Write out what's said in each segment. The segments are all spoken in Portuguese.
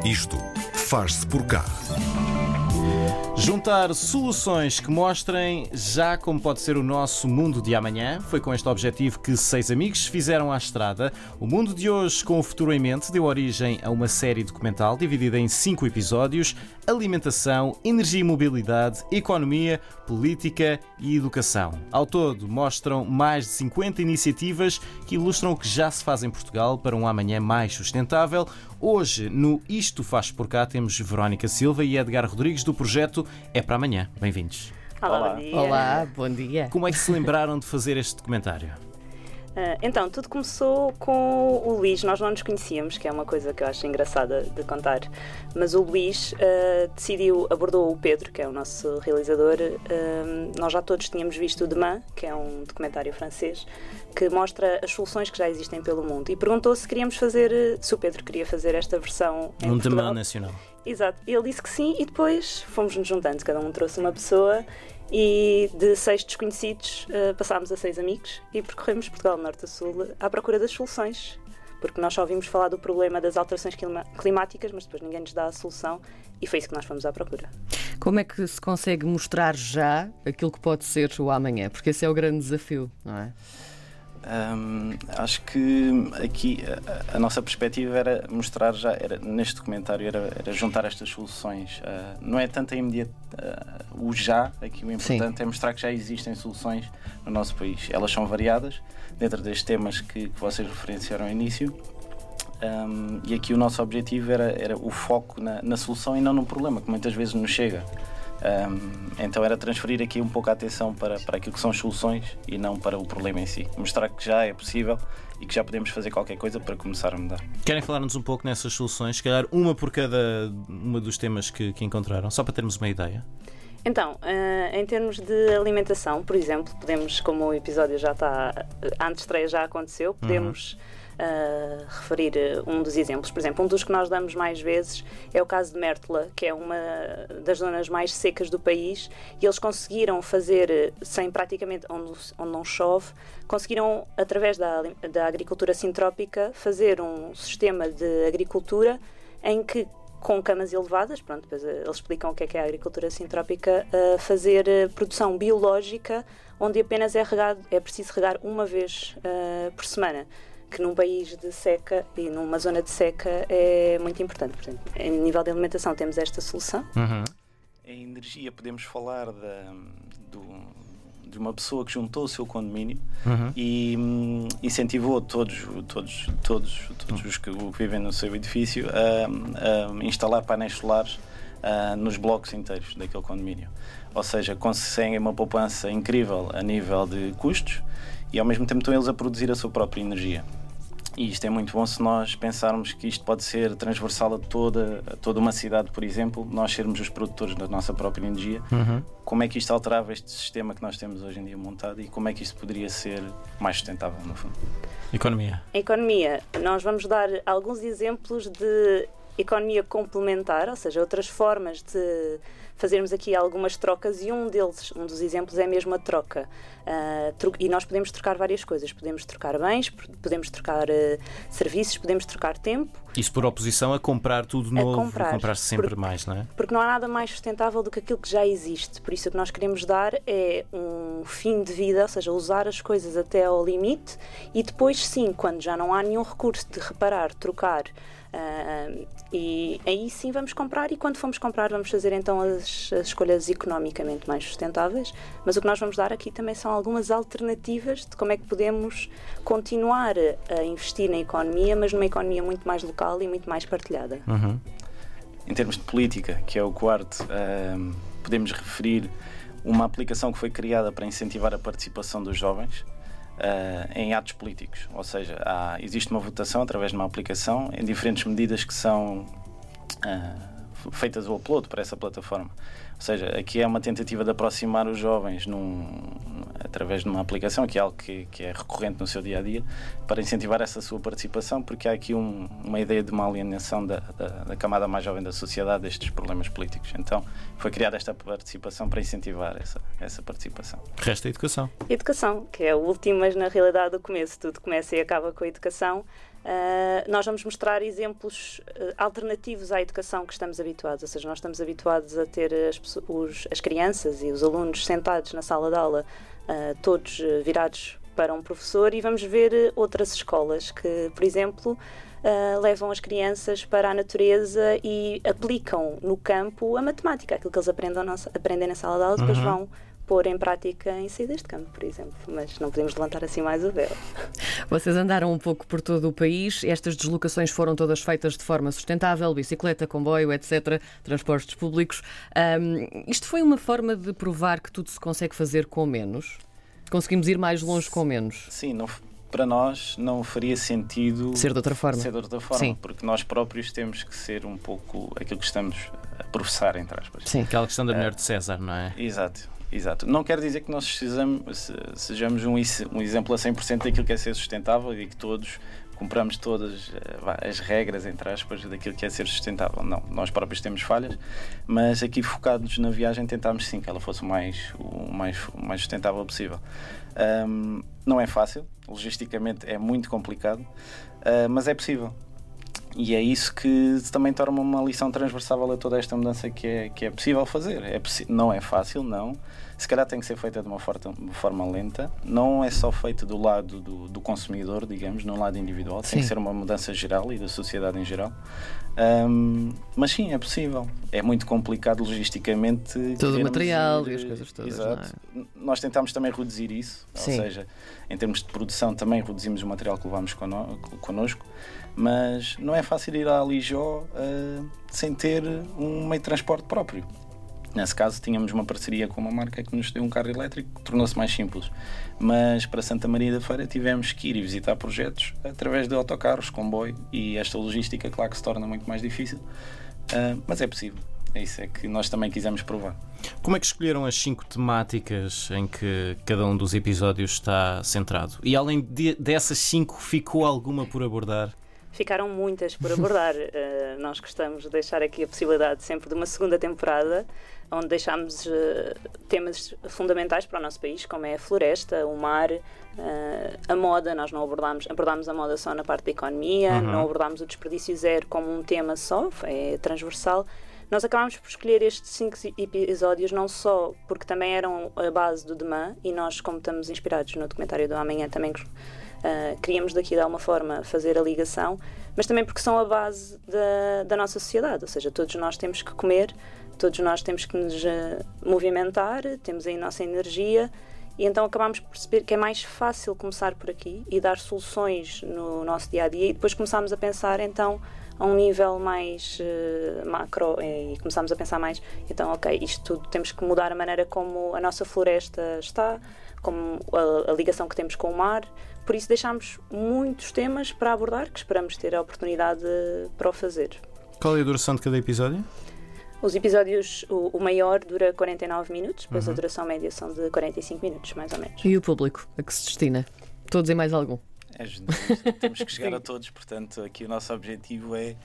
Isto faz-se por cá. Juntar soluções que mostrem já como pode ser o nosso mundo de amanhã. Foi com este objetivo que 6 amigos fizeram à estrada. O mundo de hoje, com o futuro em mente, deu origem a uma série documental dividida em 5 episódios: alimentação, energia e mobilidade, economia, política e educação. Ao todo, mostram mais de 50 iniciativas que ilustram o que já se faz em Portugal para um amanhã mais sustentável. Hoje, no Isto Faz Por Cá, temos Verónica Silva e Edgar Rodrigues do projeto É para Amanhã. Bem-vindos. Olá, bom dia. Olá, bom dia. Como é que se lembraram de fazer este documentário? Então, tudo começou com o Luís. Nós não nos conhecíamos, que é uma coisa que eu acho engraçada de contar, mas o Luís abordou o Pedro, que é o nosso realizador. Nós já todos tínhamos visto o Demain, que é um documentário francês, que mostra as soluções que já existem pelo mundo, e perguntou se o Pedro queria fazer esta versão em Um Portugal. Demain nacional. Exato, ele disse que sim, e depois fomos-nos juntando, cada um trouxe uma pessoa, e de 6 desconhecidos passámos a 6 amigos e percorremos Portugal de norte a sul à procura das soluções, porque nós só ouvimos falar do problema das alterações climáticas, mas depois ninguém nos dá a solução, e foi isso que nós fomos à procura. Como é que se consegue mostrar já aquilo que pode ser o amanhã? Porque esse é o grande desafio, não é? Acho que aqui a nossa perspectiva era mostrar neste documentário era juntar estas soluções. Não é tanto o já, aqui o importante é mostrar que já existem soluções no nosso país. Elas são variadas dentro destes temas que vocês referenciaram ao início. E aqui o nosso objetivo era o foco na solução e não no problema, que muitas vezes nos chega. Então era transferir aqui um pouco a atenção para aquilo que são as soluções e não para o problema em si. Mostrar que já é possível e que já podemos fazer qualquer coisa para começar a mudar. Querem falar-nos um pouco nessas soluções? Se calhar uma por cada uma dos temas que encontraram, só para termos uma ideia. Então, em termos de alimentação, por exemplo, podemos, como o episódio já está, a antestreia já aconteceu, podemos referir um dos exemplos. Por exemplo, um dos que nós damos mais vezes é o caso de Mértola, que é uma das zonas mais secas do país, e eles conseguiram fazer, sem praticamente, onde não chove, conseguiram, através da agricultura sintrópica, fazer um sistema de agricultura em que, com camas elevadas, depois eles explicam o que é a agricultura sintrópica, fazer produção biológica, onde apenas é preciso regar uma vez por semana, que num país de seca e numa zona de seca é muito importante. Portanto, em nível de alimentação temos esta solução. Em energia podemos falar de uma pessoa que juntou o seu condomínio e incentivou todos os que vivem no seu edifício a instalar painéis solares nos blocos inteiros daquele condomínio. Ou seja, conseguem uma poupança incrível a nível de custos e ao mesmo tempo estão eles a produzir a sua própria energia. E isto é muito bom se nós pensarmos que isto pode ser transversal a toda uma cidade, por exemplo, nós sermos os produtores da nossa própria energia. Como é que isto alterava este sistema que nós temos hoje em dia montado e como é que isto poderia ser mais sustentável, no fundo? Economia. Economia. Nós vamos dar alguns exemplos de economia complementar, ou seja, outras formas de fazermos aqui algumas trocas, e um dos exemplos é mesmo a troca. E nós podemos trocar várias coisas. Podemos trocar bens, podemos trocar serviços, podemos trocar tempo. Isso por oposição a comprar tudo novo, comprar sempre mais, não é? Porque não há nada mais sustentável do que aquilo que já existe. Por isso o que nós queremos dar é um fim de vida, ou seja, usar as coisas até ao limite, e depois sim, quando já não há nenhum recurso de reparar, trocar, e aí sim vamos comprar, e quando formos comprar vamos fazer então as escolhas economicamente mais sustentáveis. Mas o que nós vamos dar aqui também são algumas alternativas de como é que podemos continuar a investir na economia, mas numa economia muito mais local e muito mais partilhada. Em termos de política, que é o quarto, podemos referir uma aplicação que foi criada para incentivar a participação dos jovens em atos políticos. Ou seja, existe uma votação através de uma aplicação em diferentes medidas que são feitas o upload para essa plataforma. Ou seja, aqui é uma tentativa de aproximar os jovens através de uma aplicação, que é algo que é recorrente no seu dia-a-dia, para incentivar essa sua participação, porque há aqui uma ideia de uma alienação da camada mais jovem da sociedade destes problemas políticos. Então, foi criada esta participação para incentivar essa participação. Resta a educação. Educação, que é o último, mas na realidade o começo. Tudo começa e acaba com a educação. nós vamos mostrar exemplos alternativos à educação que estamos habituados, ou seja, nós estamos habituados a ter as crianças e os alunos sentados na sala de aula, todos virados para um professor, e vamos ver outras escolas que, por exemplo, levam as crianças para a natureza e aplicam no campo a matemática, aquilo que eles aprendem na sala de aula, depois vão pôr em prática em saídas de campo, por exemplo. Mas não podemos levantar assim mais o véu. Vocês andaram um pouco por todo o país. Estas deslocações foram todas feitas de forma sustentável, bicicleta, comboio, etc., transportes públicos. Isto foi uma forma de provar que tudo se consegue fazer com menos? Conseguimos ir mais longe com menos? Sim, para nós não faria sentido ser de outra forma. Sim. Porque nós próprios temos que ser um pouco aquilo que estamos a professar, entre aspas. Sim, aquela questão da mulher de César, não é? Exato. Não quer dizer que nós sejamos um exemplo a 100% daquilo que é ser sustentável e que todos compramos todas as regras, entre aspas, daquilo que é ser sustentável. Não, nós próprios temos falhas, mas aqui focados na viagem tentámos sim que ela fosse o mais sustentável possível. Não é fácil, logisticamente é muito complicado, mas é possível. E é isso que também torna uma lição transversável a toda esta mudança que é possível fazer. Não é fácil, não. Se calhar tem que ser feita de uma forma lenta. Não é só feita do lado do consumidor, digamos, no lado individual. Tem que ser uma mudança geral e da sociedade em geral. Mas sim, é possível. É muito complicado logisticamente. Todo o material e as coisas todas. Exato. Não é? Nós tentámos também reduzir isso. Sim. Ou seja, em termos de produção também reduzimos o material que levámos connosco. Mas não é fácil ir a Alijó sem ter um meio de transporte próprio. Nesse caso tínhamos uma parceria com uma marca que nos deu um carro elétrico, que tornou-se mais simples. Mas para Santa Maria da Feira tivemos que ir e visitar projetos através de autocarros, comboio, e esta logística, claro que se torna muito mais difícil, mas é possível. É isso é que nós também quisemos provar. Como é que escolheram as 5 temáticas em que cada um dos episódios está centrado? E além dessas 5, ficou alguma por abordar? Ficaram muitas por abordar. Nós gostamos de deixar aqui a possibilidade sempre de uma segunda temporada, onde deixámos temas fundamentais para o nosso país, como é a floresta, o mar, a moda. Nós não abordámos a moda só na parte da economia, não abordámos o desperdício zero como um tema só, é transversal. Nós acabámos por escolher estes 5 episódios não só porque também eram a base do Demã, e nós, como estamos inspirados no documentário do Amanhã, também queríamos daqui de alguma forma fazer a ligação, mas também porque são a base da nossa sociedade, ou seja, todos nós temos que comer, todos nós temos que nos movimentar, temos aí a nossa energia, e então acabámos por perceber que é mais fácil começar por aqui e dar soluções no nosso dia-a-dia, e depois começámos a pensar então a um nível mais macro, e começámos a pensar mais, então ok, isto tudo, temos que mudar a maneira como a nossa floresta está, como a ligação que temos com o mar. Por isso deixámos muitos temas para abordar, que esperamos ter a oportunidade para o fazer. Qual é a duração de cada episódio? Os episódios, o maior dura 49 minutos, depois a duração média são de 45 minutos, mais ou menos. E o público a que se destina? Todos e mais algum? Temos que chegar a todos, portanto aqui o nosso objetivo é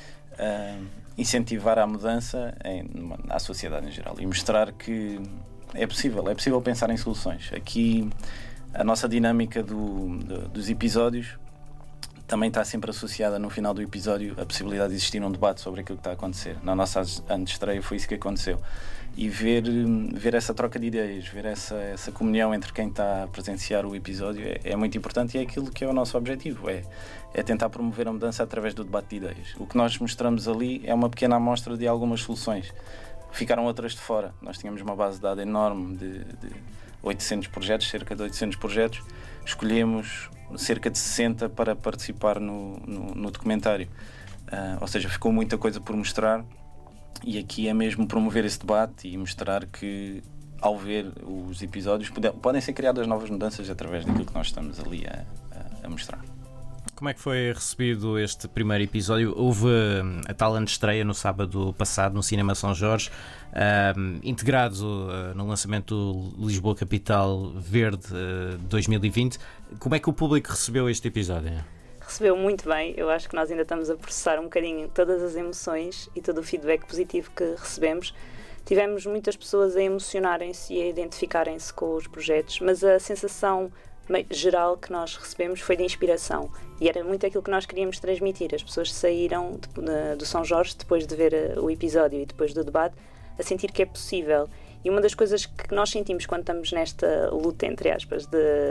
incentivar a mudança à sociedade em geral e mostrar que é possível pensar em soluções. Aqui a nossa dinâmica dos episódios também está sempre associada no final do episódio a possibilidade de existir um debate sobre aquilo que está a acontecer. Na nossa antestreia foi isso que aconteceu. E ver essa troca de ideias, ver essa comunhão entre quem está a presenciar o episódio é muito importante, e é aquilo que é o nosso objetivo, é tentar promover a mudança através do debate de ideias. O que nós mostramos ali é uma pequena amostra de algumas soluções. Ficaram outras de fora. Nós tínhamos uma base de dados enorme de 800 projetos, cerca de 800 projetos. Escolhemos cerca de 60 para participar no documentário. Ou seja, ficou muita coisa por mostrar, e aqui é mesmo promover esse debate e mostrar que, ao ver os episódios, podem ser criadas novas mudanças através daquilo que nós estamos ali a mostrar. Como é que foi recebido este primeiro episódio? Houve a tal antestreia no sábado passado no Cinema São Jorge, integrado no lançamento do Lisboa Capital Verde 2020. Como é que o público recebeu este episódio? Recebeu muito bem. Eu acho que nós ainda estamos a processar um bocadinho todas as emoções e todo o feedback positivo que recebemos. Tivemos muitas pessoas a emocionarem-se e a identificarem-se com os projetos, mas a sensação geral que nós recebemos foi de inspiração. E era muito aquilo que nós queríamos transmitir. As pessoas saíram do São Jorge, depois de ver o episódio e depois do debate, a sentir que é possível. E uma das coisas que nós sentimos quando estamos nesta luta, entre aspas,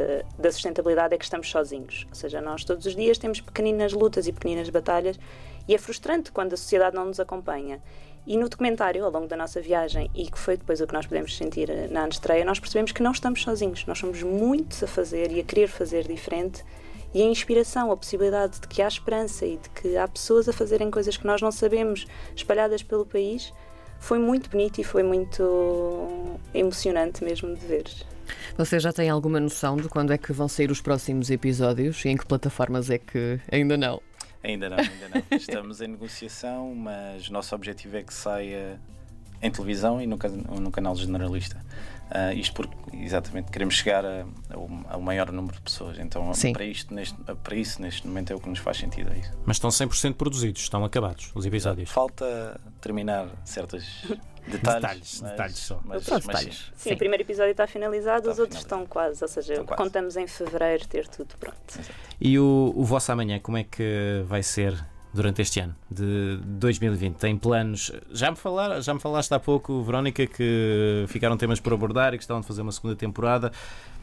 da sustentabilidade é que estamos sozinhos. Ou seja, nós todos os dias temos pequeninas lutas e pequeninas batalhas e é frustrante quando a sociedade não nos acompanha. E no documentário, ao longo da nossa viagem, e que foi depois o que nós podemos sentir na antestreia, nós percebemos que não estamos sozinhos. Nós somos muitos a fazer e a querer fazer diferente. E a inspiração, a possibilidade de que há esperança e de que há pessoas a fazerem coisas que nós não sabemos, espalhadas pelo país, foi muito bonito e foi muito emocionante mesmo de ver. Você já tem alguma noção de quando é que vão sair os próximos episódios e em que plataformas é que ainda não? Ainda não. Estamos em negociação, mas o nosso objetivo é que saia em televisão e no canal generalista. Isto porque, exatamente, queremos chegar ao maior número de pessoas. Então, para isso, neste momento, é o que nos faz sentido. É isso. Mas estão 100% produzidos, estão acabados os episódios. Falta terminar certos detalhes só. Mas sim, o primeiro episódio está finalizado, os outros estão quase. Ou seja, contamos em fevereiro ter tudo pronto. Exato. E o vosso amanhã, como é que vai ser durante este ano de 2020? Tem planos? Já me falaste há pouco, Verónica, que ficaram temas por abordar e que estavam de fazer uma segunda temporada.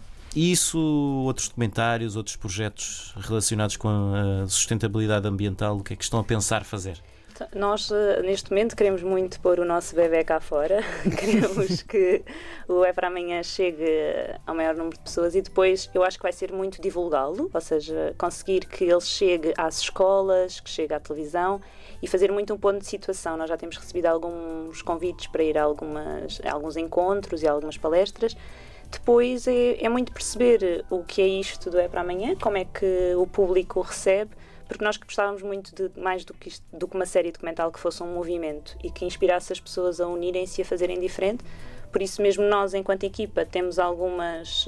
Isso, outros documentários, outros projetos relacionados com a sustentabilidade ambiental, o que é que estão a pensar fazer? Nós, neste momento, queremos muito pôr o nosso bebê cá fora. Queremos que o É para Amanhã chegue ao maior número de pessoas e depois eu acho que vai ser muito divulgá-lo, ou seja, conseguir que ele chegue às escolas, que chegue à televisão e fazer muito um ponto de situação. Nós já temos recebido alguns convites para ir a alguns encontros e a algumas palestras. Depois é muito perceber o que é isto do É para Amanhã, como é que o público recebe, porque nós gostávamos muito de mais do que uma série documental que fosse um movimento e que inspirasse as pessoas a unirem-se e a fazerem diferente. Por isso mesmo nós, enquanto equipa, temos algumas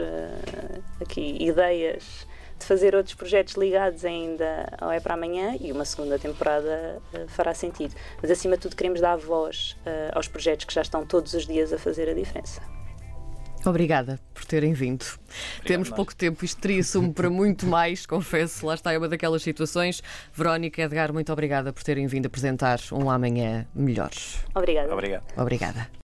ideias de fazer outros projetos ligados ainda ao É para Amanhã e uma segunda temporada fará sentido. Mas acima de tudo queremos dar voz aos projetos que já estão todos os dias a fazer a diferença. Obrigada por terem vindo. Temos pouco tempo, isto teria sumo para muito mais, confesso. Lá está, é uma daquelas situações. Verónica, Edgar, muito obrigada por terem vindo apresentar um Amanhã Melhor. Obrigada. Obrigado. Obrigada.